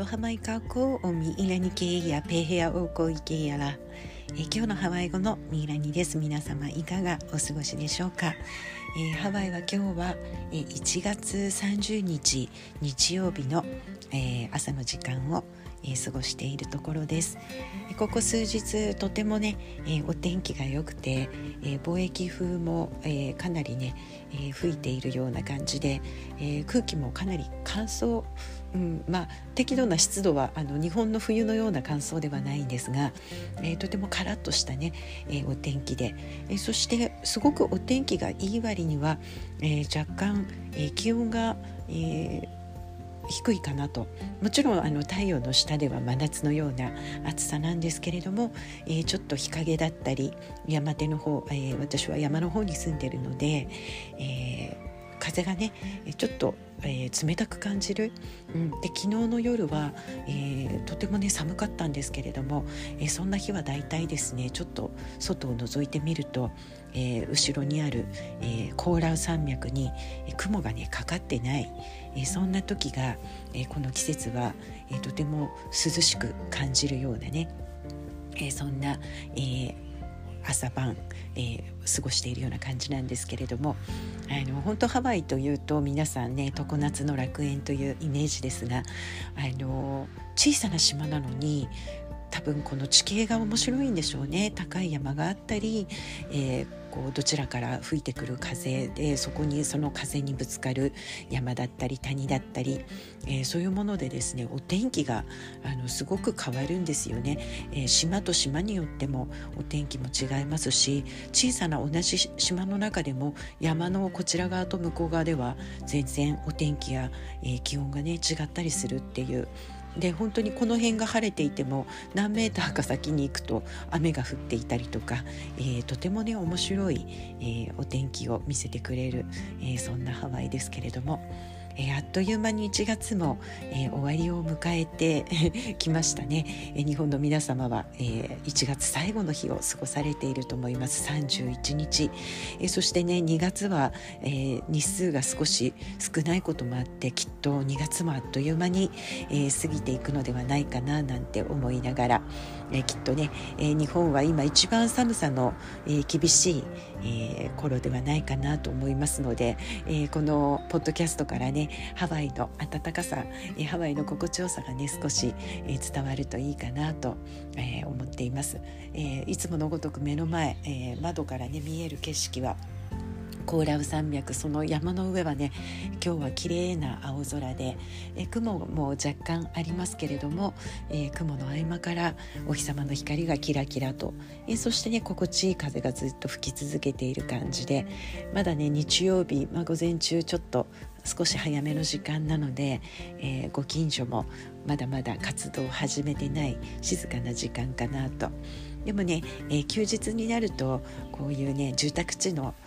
ハマイカコおミイラニケイヤペヘアオコイケヤラ。今日のハワイ語のミイラニです。皆様いかがお過ごしでしょうか。ハワイは今日は1月30日日曜日の朝の時間を過ごしているところです。ここ数日とてもね、お天気が良くて、貿易風も、かなりね、吹いているような感じで、空気もかなり乾燥、適度な湿度は日本の冬のような乾燥ではないんですが、とてもカラッとしたね、お天気で、そしてすごくお天気がいい割には、若干、気温が、低いかなと。もちろん太陽の下では真夏のような暑さなんですけれども、ちょっと日陰だったり山手の方、私は山の方に住んでいるので、風がねちょっと、冷たく感じる、で昨日の夜は、とてもね寒かったんですけれども、そんな日はだいたいですねちょっと外を覗いてみると、後ろにある、コーラウ山脈に雲がねかかってない、そんな時が、この季節は、とても涼しく感じるようなね、そんな、朝晩、過ごしているような感じなんですけれども、本当ハワイというと皆さんね常夏の楽園というイメージですが、小さな島なのに多分この地形が面白いんでしょうね。高い山があったり、こうどちらから吹いてくる風でその風にぶつかる山だったり谷だったり、そういうものでですねお天気がすごく変わるんですよね。島と島によってもお天気も違いますし、小さな同じ島の中でも山のこちら側と向こう側では全然お天気や、気温がね違ったりするっていうで、本当にこの辺が晴れていても何メーターか先に行くと雨が降っていたりとか、とてもね面白い、お天気を見せてくれる、そんなハワイですけれども、あっという間に1月も、終わりを迎えてきましたね。日本の皆様は、1月最後の日を過ごされていると思います。31日、そしてね2月は、日数が少し少ないこともあってきっと2月もあっという間に、過ぎていくのではないかななんて思いながら、きっとね、日本は今一番寒さの、厳しい、頃ではないかなと思いますので、このポッドキャストからねハワイの暖かさ、ハワイの心地よさがね少し、伝わるといいかなと、思っています。いつものごとく目の前、窓からね見える景色はコーラウ山脈、その山の上はね今日は綺麗な青空で、雲も若干ありますけれども、雲の合間からお日様の光がキラキラと、そしてね心地いい風がずっと吹き続けている感じで、まだね日曜日、午前中ちょっと少し早めの時間なので、ご近所もまだまだ活動を始めてない静かな時間かなと。でもね、休日になるとこういうね住宅地の、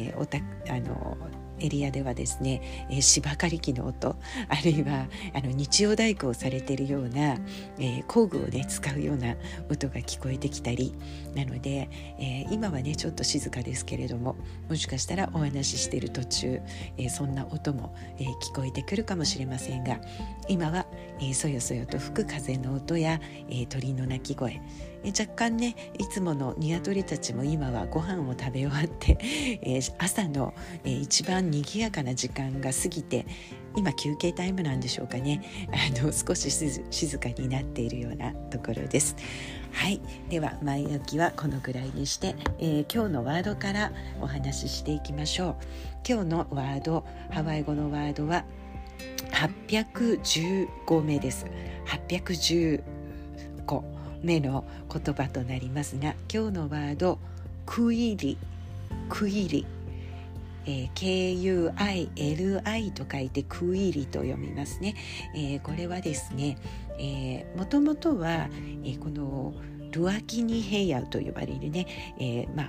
エリアではですね、芝刈り機の音、あるいは日曜大工をされているような、工具をね使うような音が聞こえてきたりなので、今はねちょっと静かですけれども、もしかしたらお話ししている途中、そんな音も、聞こえてくるかもしれませんが、今は、そよそよと吹く風の音や、鳥の鳴き声、若干ねいつものニワトリたちも今はご飯を食べ終わって、朝の、一番賑やかな時間が過ぎて今休憩タイムなんでしょうかね。少し静かになっているようなところです。はい、では前置きはこのぐらいにして、今日のワードからお話ししていきましょう。今日のワード、ハワイ語のワードは815目です。815目の言葉となりますが、今日のワードクイリ、KUILI と書いてクイリと読みますね。これはですね、もともとは、このルアキニヘイヤと呼ばれるね、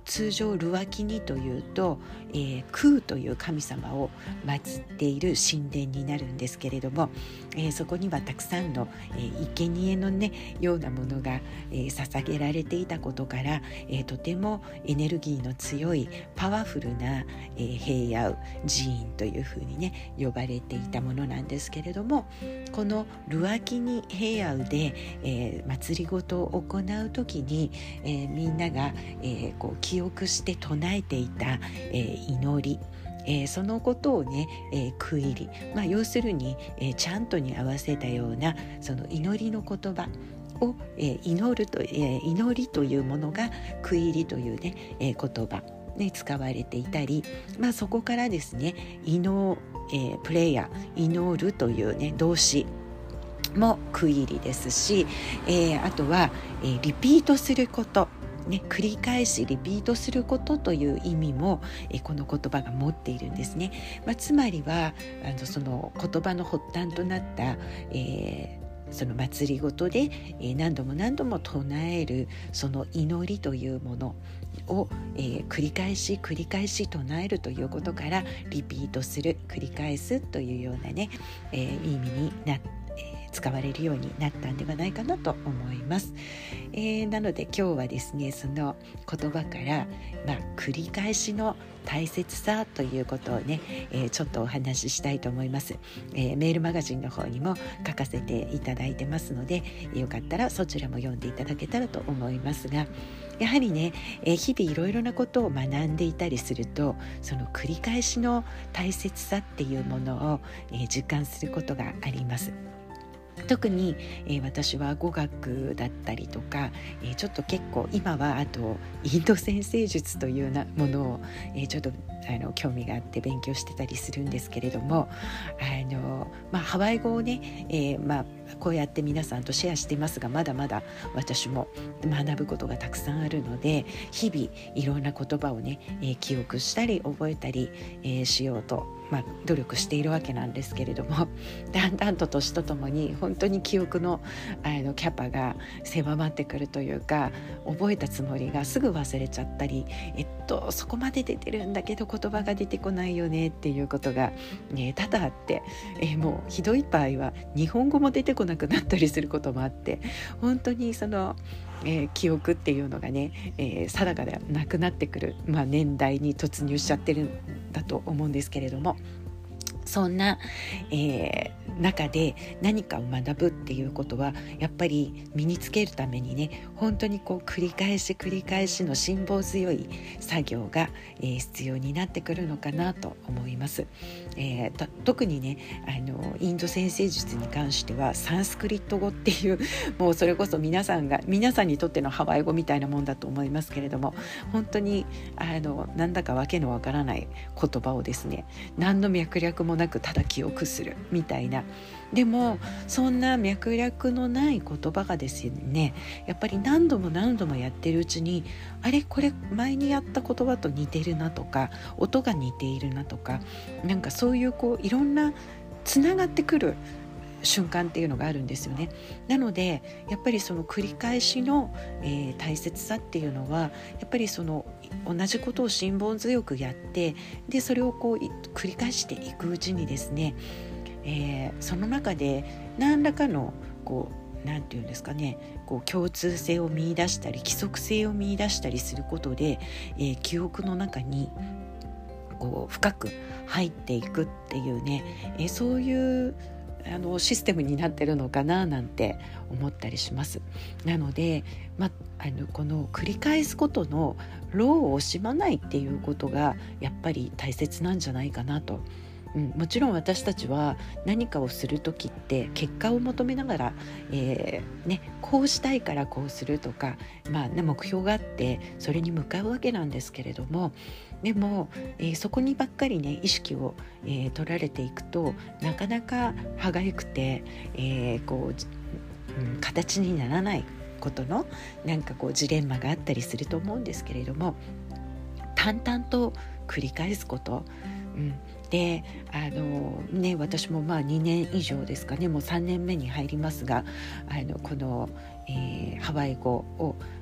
通常ルワキニというと、空という神様を祀っている神殿になるんですけれども、そこにはたくさんの、生贄のようなものが、捧げられていたことから、とてもエネルギーの強いパワフルな、平野寺院というふうに呼ばれていたものなんですけれども、このルワキニ平野で、祭りごとを行う時に、みんなが、記憶して唱えていた、祈り、そのことを区切り、要するに、ちゃんとに合わせたようなその祈りの言葉を、祈りというものが区切りという言葉使われていたり、そこからですねプレイヤー祈るという動詞も区切りですし、あとは、リピートすること繰り返しリピートすることという意味も、この言葉が持っているんですね。つまりはその言葉の発端となった、その祭りごとで、何度も何度も唱えるその祈りというものを、繰り返し唱えるということからリピートする繰り返すというような意味に使われるようになったんではないかなと思います。なので今日はですねその言葉から、繰り返しの大切さということをちょっとお話ししたいと思います。メールマガジンの方にも書かせていただいてますので、よかったらそちらも読んでいただけたらと思いますが、やはり日々いろいろなことを学んでいたりすると、その繰り返しの大切さっていうものを、実感することがあります。特に、私は語学だったりとか、ちょっと結構今はあとインド占星術というようなものを、ちょっと興味があって勉強してたりするんですけれども、ハワイ語をこうやって皆さんとシェアしていますが、まだまだ私も学ぶことがたくさんあるので、日々いろんな言葉を記憶したり覚えたり、しようと努力しているわけなんですけれども、だんだんと年とともに本当に記憶のキャパが狭まってくるというか、覚えたつもりがすぐ忘れちゃったり、そこまで出てるんだけど言葉が出てこないよねっていうことが、多々あって、もうひどい場合は日本語も出てこなくなったりすることもあって、本当にその記憶っていうのが定かではなくなってくる、年代に突入しちゃってるんだと思うんですけれども、そんな、中で何かを学ぶっていうことはやっぱり身につけるために本当に繰り返しの辛抱強い作業が、必要になってくるのかなと思います。特にインド占星術に関してはサンスクリット語っていう、もうそれこそ皆さんにとってのハワイ語みたいなもんだと思いますけれども、本当になんだかわけのわからない言葉をですね、何の脈略もなくただ記憶するみたいな。でもそんな脈略のない言葉がですね、やっぱり何度もやってるうちに、あれこれ前にやった言葉と似てるなとか、音が似ているなとか、なんかそういういろんなつながってくる瞬間っていうのがあるんですよね。なのでやっぱりその繰り返しの、大切さっていうのは、やっぱりその同じことを辛抱強くやって、でそれを繰り返していくうちにですね、その中で何らかのなんていうんですかね、共通性を見出したり規則性を見出したりすることで、記憶の中に深く入っていくっていうそういうシステムになってるのかななんて思ったりします。なので、この繰り返すことの労を惜しまないっていうことがやっぱり大切なんじゃないかなと。もちろん私たちは何かをするときって結果を求めながら、こうしたいからこうするとか、目標があってそれに向かうわけなんですけれども、でも、そこにばっかり意識を、取られていくと、なかなか歯がゆくて、形にならないことのジレンマがあったりすると思うんですけれども、淡々と繰り返すこと、で私も2年以上ですかね、もう3年目に入りますが、この、ハワイ語を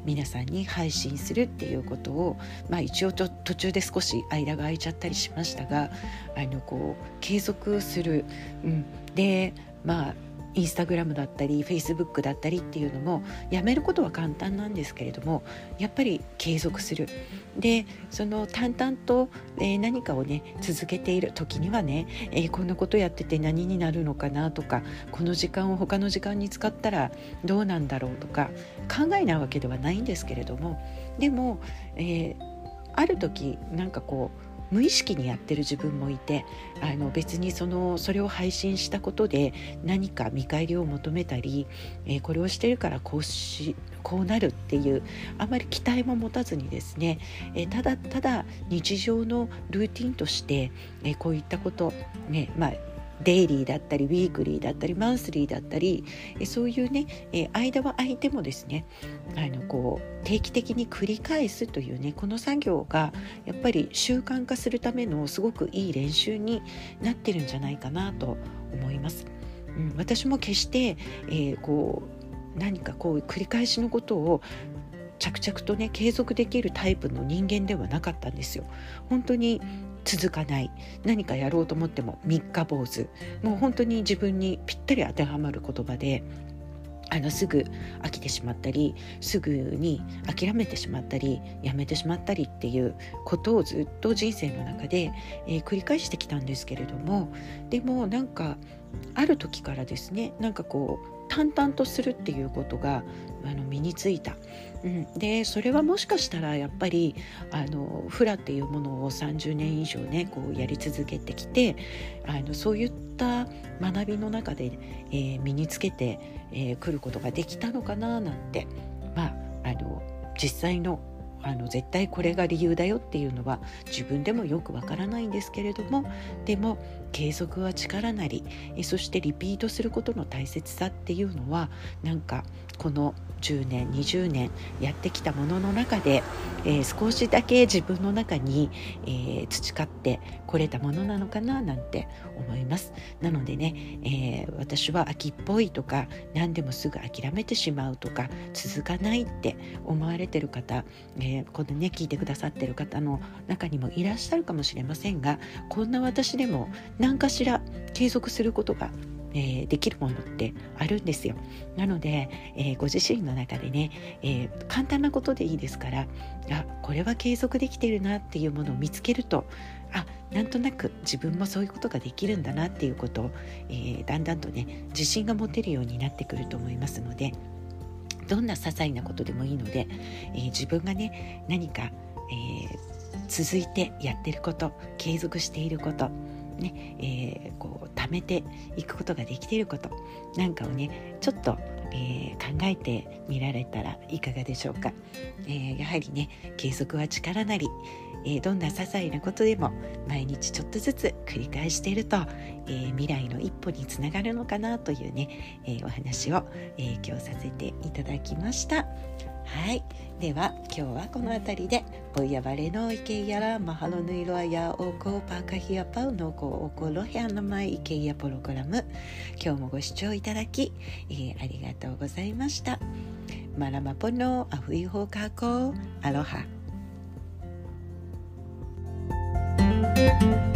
皆さんに配信するっていうことを、一応途中で少し間が空いちゃったりしましたが、継続する、でインスタグラムだったりフェイスブックだったりっていうのもやめることは簡単なんですけれども、やっぱり継続する。でその淡々と、何かをね続けている時にはね、こんなことやってて何になるのかなとか、この時間を他の時間に使ったらどうなんだろうとか考えないわけではないんですけれども、でも、ある時無意識にやってる自分もいて、別にそれを配信したことで何か見返りを求めたり、これをしてるからこうなるっていうあまり期待も持たずにですね、ただただ日常のルーティンとして、こういったことね、デイリーだったりウィークリーだったりマンスリーだったり、そういうね、間は空いてもですね、定期的に繰り返すというね、この作業がやっぱり習慣化するためのすごくいい練習になってるんじゃないかなと思います。私も決して、何か繰り返しのことを着々とね継続できるタイプの人間ではなかったんですよ。本当に続かない、何かやろうと思っても三日坊主、もう本当に自分にぴったり当てはまる言葉で、すぐ飽きてしまったり、すぐに諦めてしまったりやめてしまったりっていうことをずっと人生の中で、繰り返してきたんですけれども、でもある時からですね、淡々とするっていうことが身についた。でそれはもしかしたらやっぱりフラっていうものを30年以上ねやり続けてきて、そういった学びの中で、身につけてくることができたのかななんて、実際の絶対これが理由だよっていうのは自分でもよくわからないんですけれども、でも継続は力なり、そしてリピートすることの大切さっていうのはこの10年20年やってきたものの中で、少しだけ自分の中に、培ってこれたものなのかななんて思います。なのでね、私は秋っぽいとか何でもすぐ諦めてしまうとか続かないって思われてる方、このね聞いてくださってる方の中にもいらっしゃるかもしれませんが、こんな私でも何かしら継続することができるものってあるんですよ。なので、ご自身の中でね、簡単なことでいいですから、これは継続できてるなっていうものを見つけると、なんとなく自分もそういうことができるんだなっていうことを、だんだんとね自信が持てるようになってくると思いますので、どんな些細なことでもいいので、自分がね何か、続いてやってること、継続していることね、貯めていくことができていることなんかをねちょっと、考えてみられたらいかがでしょうか。やはりね継続は力なり、どんな些細なことでも毎日ちょっとずつ繰り返していると、未来の一歩につながるのかなというね、お話を、今日させていただきました。はい、では今日はこの辺りでおやばれのいけやらマハロヌイロアヤオコパカヒアパウノコオコロヘアのマイイケヤプログラム、今日もご視聴いただき、ありがとうございました。マラマポノアフイホカコアロハ。